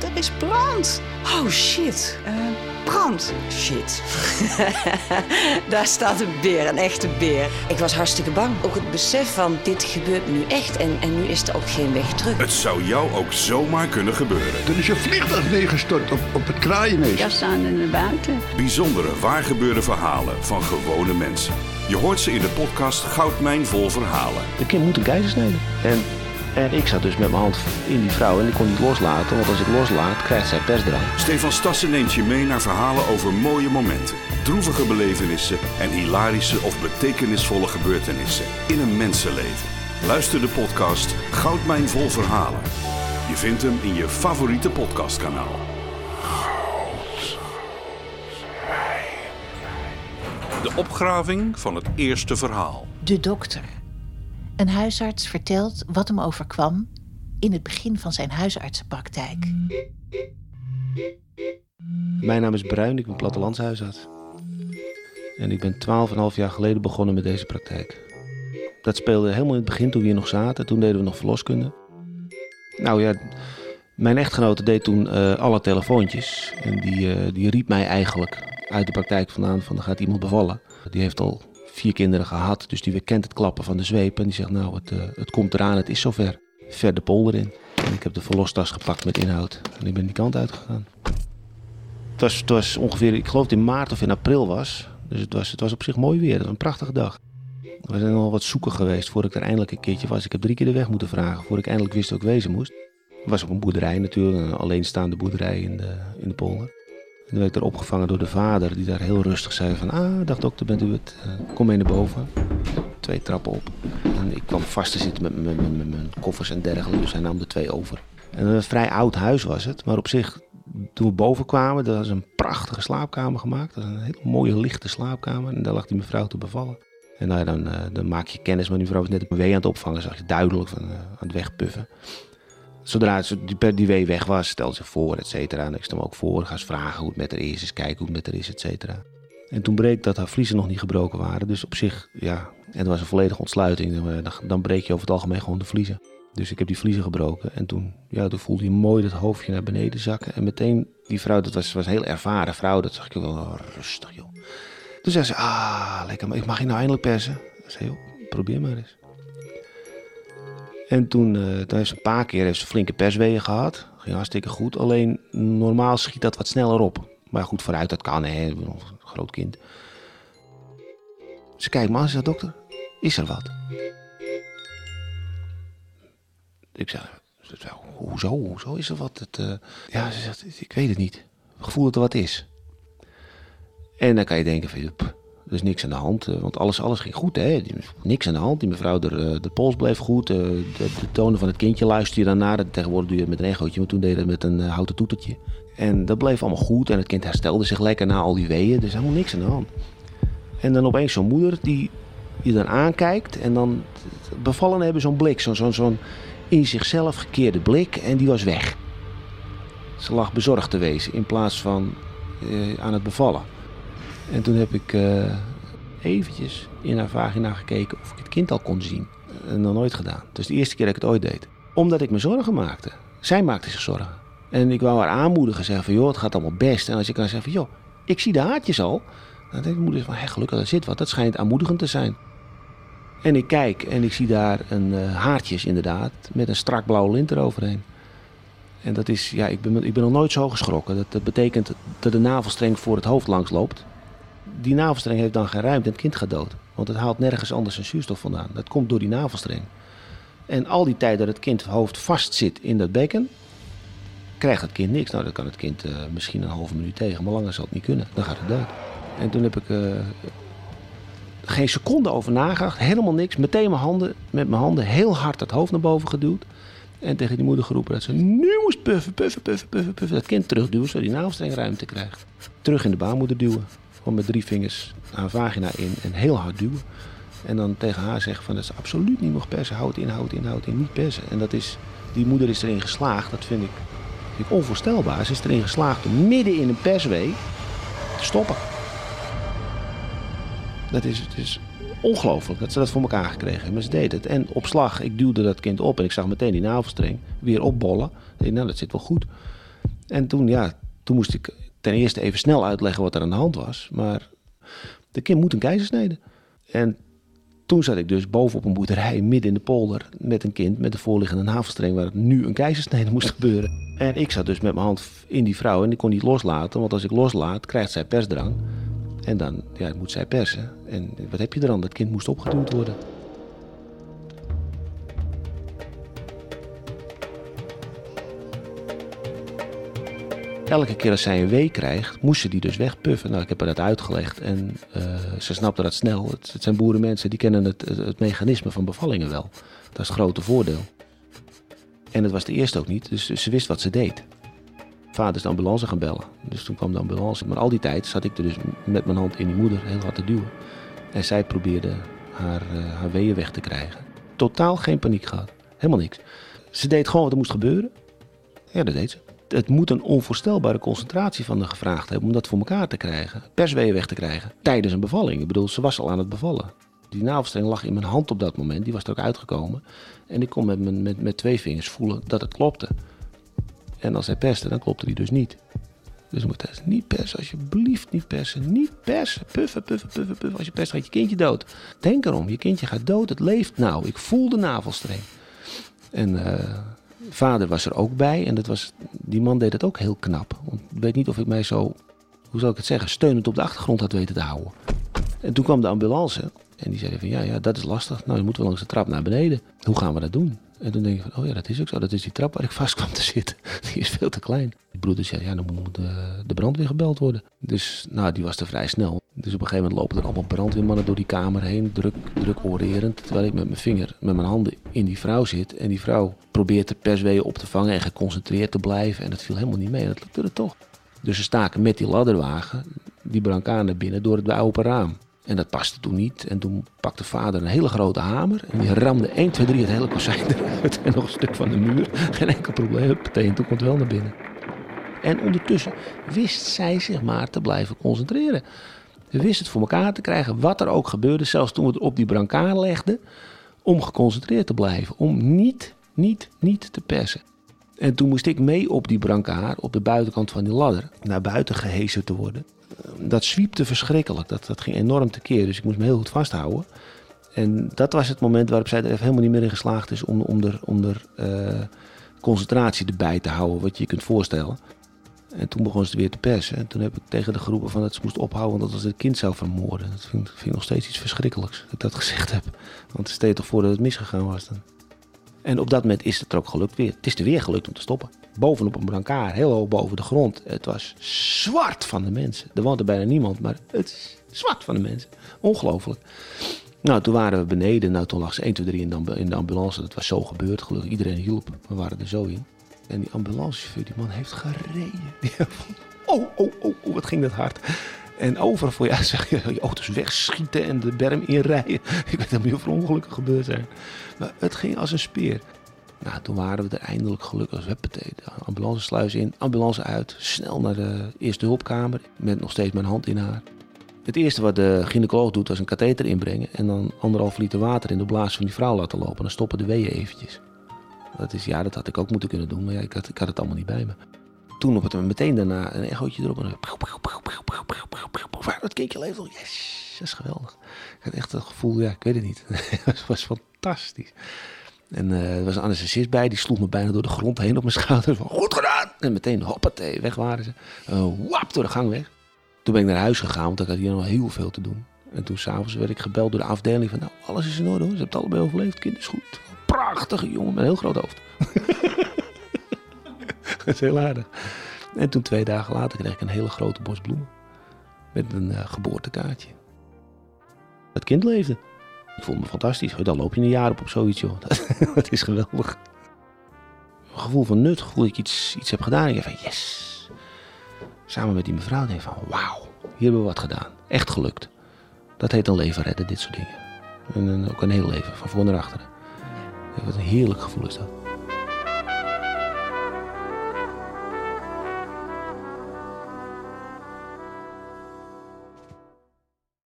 er is brand. Oh, shit. Brand. Shit. Daar staat een beer, een echte beer. Ik was hartstikke bang. Ook het besef van, dit gebeurt nu echt en nu is er ook geen weg terug. Het zou jou ook zomaar kunnen gebeuren. Er is een vliegtuig neergestort op het Kraaienmeer. Ja, staan er naar buiten. Bijzondere, waargebeurde verhalen van gewone mensen. Je hoort ze in de podcast Goudmijn vol verhalen. De kind moet een keizersnede. En ik zat dus met mijn hand in die vrouw en ik kon niet loslaten. Want als ik loslaat, krijgt zij persdrang. Stefan Stassen neemt je mee naar verhalen over mooie momenten, droevige belevenissen en hilarische of betekenisvolle gebeurtenissen in een mensenleven. Luister de podcast Goudmijn vol verhalen. Je vindt hem in je favoriete podcastkanaal. De opgraving van het eerste verhaal. De dokter. Een huisarts vertelt wat hem overkwam in het begin van zijn huisartsenpraktijk. Mijn naam is Bruin, ik ben plattelandshuisarts. En ik ben 12,5 jaar geleden begonnen met deze praktijk. Dat speelde helemaal in het begin toen we hier nog zaten. Toen deden we nog verloskunde. Nou ja, mijn echtgenote deed toen alle telefoontjes. En die riep mij eigenlijk uit de praktijk vandaan van er gaat iemand bevallen. Die heeft al 4 kinderen gehad, dus die kent het klappen van de zweep. En die zegt, nou, het komt eraan, het is zover. Ver de polder in. En ik heb de verlostas gepakt met inhoud. En ik ben die kant uitgegaan. Het was ongeveer, ik geloof het in maart of in april was. Dus het was op zich mooi weer. Het was een prachtige dag. We zijn al wat zoeken geweest voordat ik er eindelijk een keertje was. Ik heb 3 keer de weg moeten vragen voordat ik eindelijk wist dat ik wezen moest. Het was op een boerderij natuurlijk, een alleenstaande boerderij in de polder. En toen werd ik er opgevangen door de vader, die daar heel rustig zei van... dag dokter, bent u het? Kom mee naar boven. 2 trappen op. En ik kwam vast te zitten met mijn koffers en dergelijke, dus hij nam er 2 over. En een vrij oud huis was het, maar op zich, toen we boven kwamen, er was een prachtige slaapkamer gemaakt. Dat was een hele mooie, lichte slaapkamer en daar lag die mevrouw te bevallen. En nou ja, dan maak je kennis, maar die mevrouw was net een wee aan het opvangen, zag je duidelijk van, aan het wegpuffen. Zodra die wee weg was, stelde ze voor, et cetera. En ik stel me ook voor, ga eens vragen hoe het met haar is, eens kijken hoe het met haar is, et cetera. En toen bleek dat haar vliezen nog niet gebroken waren. Dus op zich, ja, en het was een volledige ontsluiting. Dan breek je over het algemeen gewoon de vliezen. Dus ik heb die vliezen gebroken. En toen voelde je mooi dat hoofdje naar beneden zakken. En meteen, die vrouw, dat was een heel ervaren vrouw. Dat zag ik wel rustig, joh. Toen zei ze, lekker, maar mag je nou eindelijk persen? Ik zei, joh, probeer maar eens. En toen heeft ze een paar keer flinke persweeën gehad. Ging hartstikke goed. Alleen normaal schiet dat wat sneller op. Maar goed, vooruit dat kan, hè. Ik ben een groot kind. Ze kijkt me aan en zegt, dokter, is er wat? Ik zeg, hoezo is er wat? Ja, ze zegt, ik weet het niet. Ik gevoel dat er wat is. En dan kan je denken van, er is niks aan de hand, want alles ging goed, hè. Niks aan de hand. Die mevrouw, de pols bleef goed. De tonen van het kindje luister je dan naar. Tegenwoordig doe je het met een echootje, maar toen deed je het met een houten toetertje. En dat bleef allemaal goed en het kind herstelde zich lekker na al die weeën. Dus helemaal niks aan de hand. En dan opeens zo'n moeder die je dan aankijkt en dan bevallen hebben zo'n blik, zo'n in zichzelf gekeerde blik en die was weg. Ze lag bezorgd te wezen in plaats van aan het bevallen. En toen heb ik eventjes in haar vagina gekeken of ik het kind al kon zien. En nog nooit gedaan. Dus de eerste keer dat ik het ooit deed. Omdat ik me zorgen maakte. Zij maakte zich zorgen. En ik wou haar aanmoedigen, zeggen van, joh, het gaat allemaal best. En als je kan zeggen van, joh, ik zie de haartjes al. Dan denk de moeder van, gelukkig, er zit wat. Dat schijnt aanmoedigend te zijn. En ik kijk en ik zie daar een haartjes inderdaad, met een strak blauw lint eroverheen. En dat is, ja, ik ben nog nooit zo geschrokken. Dat betekent dat de navelstreng voor het hoofd langs loopt. Die navelstreng heeft dan geen ruimte en het kind gaat dood. Want het haalt nergens anders zijn zuurstof vandaan. Dat komt door die navelstreng. En al die tijd dat het kindhoofd vast zit in dat bekken, krijgt het kind niks. Nou, dan kan het kind misschien een halve minuut tegen, maar langer zal het niet kunnen. Dan gaat het dood. En toen heb ik geen seconde over nagedacht, helemaal niks. Meteen met mijn handen heel hard het hoofd naar boven geduwd. En tegen die moeder geroepen dat ze nu moest puffen. Dat kind terugduwen, zodat die navelstreng ruimte krijgt. Terug in de baarmoeder duwen. Gewoon met 3 vingers haar vagina in en heel hard duwen. En dan tegen haar zeggen van dat ze absoluut niet mag persen. Houd in, niet persen. En die moeder is erin geslaagd, dat vind ik onvoorstelbaar. Ze is erin geslaagd om midden in een perswee te stoppen. Het is ongelooflijk dat ze dat voor elkaar gekregen hebben. Maar ze deed het. En op slag, ik duwde dat kind op en ik zag meteen die navelstreng weer opbollen. Ik dacht, nou, dat zit wel goed. En toen moest ik ten eerste even snel uitleggen wat er aan de hand was. Maar de kind moet een keizersnede. En toen zat ik dus boven op een boerderij midden in de polder met een kind met een voorliggende navelstreng waar het nu een keizersnede moest gebeuren. En ik zat dus met mijn hand in die vrouw en ik kon niet loslaten, want als ik loslaat krijgt zij persdrang. En dan moet zij persen. En wat heb je er dan? Dat kind moest opgeduwd worden. Elke keer als zij een wee krijgt, moest ze die dus wegpuffen. Nou, ik heb haar dat uitgelegd en ze snapte dat snel. Het zijn boerenmensen, die kennen het mechanisme van bevallingen wel. Dat is het grote voordeel. En het was de eerste ook niet, dus ze wist wat ze deed. Vader is de ambulance gaan bellen, dus toen kwam de ambulance. Maar al die tijd zat ik er dus met mijn hand in die moeder heel hard te duwen. En zij probeerde haar weeën weg te krijgen. Totaal geen paniek gehad, helemaal niks. Ze deed gewoon wat er moest gebeuren. Ja, dat deed ze. Het moet een onvoorstelbare concentratie van de gevraagd hebben om dat voor elkaar te krijgen. Persweeën weg te krijgen tijdens een bevalling. Ik bedoel, ze was al aan het bevallen. Die navelstreng lag in mijn hand op dat moment, die was er ook uitgekomen. En ik kon met 2 vingers voelen dat het klopte. En als hij perste, dan klopte hij dus niet. Dus we moeten niet persen, alsjeblieft niet persen. Niet persen, puffen. Als je perst gaat je kindje dood. Denk erom, je kindje gaat dood, het leeft nou. Ik voel de navelstreng. En vader was er ook bij en die man deed het ook heel knap. Want ik weet niet of ik mij zo, hoe zal ik het zeggen, steunend op de achtergrond had weten te houden. En toen kwam de ambulance en die zei van ja, dat is lastig. Nou, je moet wel langs de trap naar beneden. Hoe gaan we dat doen? En toen denk ik van, dat is ook zo. Dat is die trap waar ik vast kwam te zitten. Die is veel te klein. Die broeder zei, dan moet de brandweer gebeld worden. Dus, die was er vrij snel. Dus op een gegeven moment lopen er allemaal brandweermannen door die kamer heen. Druk orerend. Terwijl ik met mijn handen in die vrouw zit. En die vrouw probeert de persweeën op te vangen en geconcentreerd te blijven. En dat viel helemaal niet mee. En dat lukte er toch. Dus ze staken met die ladderwagen die brancard naar binnen door het open raam. En dat paste toen niet. En toen pakte vader een hele grote hamer. En die ramde 1, 2, 3 het hele kozijn eruit. En nog een stuk van de muur. Geen enkel probleem. En toen kon het wel naar binnen. En ondertussen wist zij zich maar te blijven concentreren. Ze wist het voor elkaar te krijgen. Wat er ook gebeurde. Zelfs toen we het op die brancard legden. Om geconcentreerd te blijven. Om niet te persen. En toen moest ik mee op die brancard. Op de buitenkant van die ladder. Naar buiten gehesen te worden. Dat zwiepte verschrikkelijk. Dat ging enorm tekeer. Dus ik moest me heel goed vasthouden. En dat was het moment waarop zij er even helemaal niet meer in geslaagd is om er concentratie erbij te houden. Wat je je kunt voorstellen. En toen begon ze weer te persen. En toen heb ik tegen de geroepen van dat ze moest ophouden. Want dat ze het kind zou vermoorden. Dat vind ik nog steeds iets verschrikkelijks. Dat ik dat gezegd heb. Want stel je toch voor dat het misgegaan was dan. En op dat moment is het er ook gelukt weer. Het is er weer gelukt om te stoppen. Bovenop een brancard, heel hoog boven de grond. Het was zwart van de mensen. Er woonde bijna niemand, maar het is zwart van de mensen. Ongelooflijk. Nou, toen waren we beneden. Nou, toen lag ze 1, 2, 3 in de ambulance. Dat was zo gebeurd, gelukkig. Iedereen hielp. We waren er zo in. En die ambulancechauffeur, die man heeft gereden. Wat ging dat hard. En overal voor je zag je auto's wegschieten en de berm inrijden. Ik weet niet of er ongelukken gebeurd zijn. Maar het ging als een speer. Nou, toen waren we er eindelijk gelukkig. Huppatee, de ambulancesluis in, ambulance uit. Snel naar de eerste hulpkamer. Met nog steeds mijn hand in haar. Het eerste wat de gynaecoloog doet was een katheter inbrengen. En dan 1,5 liter water in de blaas van die vrouw laten lopen. Dan stoppen de weeën eventjes. Dat had ik ook moeten kunnen doen. Maar ik had het allemaal niet bij me. Toen meteen daarna een echootje erop. En dat kindje leeft nog. Yes, dat is geweldig. Ik had echt het gevoel, ik weet het niet. Het was fantastisch. En er was een anesthesist bij, die sloeg me bijna door de grond heen op mijn schouder. Van, goed gedaan! En meteen, hoppatee, weg waren ze. Wap, door de gang weg. Toen ben ik naar huis gegaan, want ik had hier nog heel veel te doen. En toen s'avonds werd ik gebeld door de afdeling van, alles is in orde hoor, ze hebben het allebei overleefd, kind is goed. Prachtige jongen met een heel groot hoofd. Dat is heel aardig. En toen 2 dagen later kreeg ik een hele grote bos bloemen. Met een geboortekaartje. Het kind leefde. Ik vond me fantastisch. Dan loop je een jaar op zoiets, joh. Dat is geweldig. Een gevoel van nut, gevoel dat ik iets heb gedaan. En ik denk van, yes. Samen met die mevrouw denk ik van, wauw. Hier hebben we wat gedaan. Echt gelukt. Dat heet een leven redden, dit soort dingen. En ook een heel leven, van voor naar achteren. Wat een heerlijk gevoel is dat.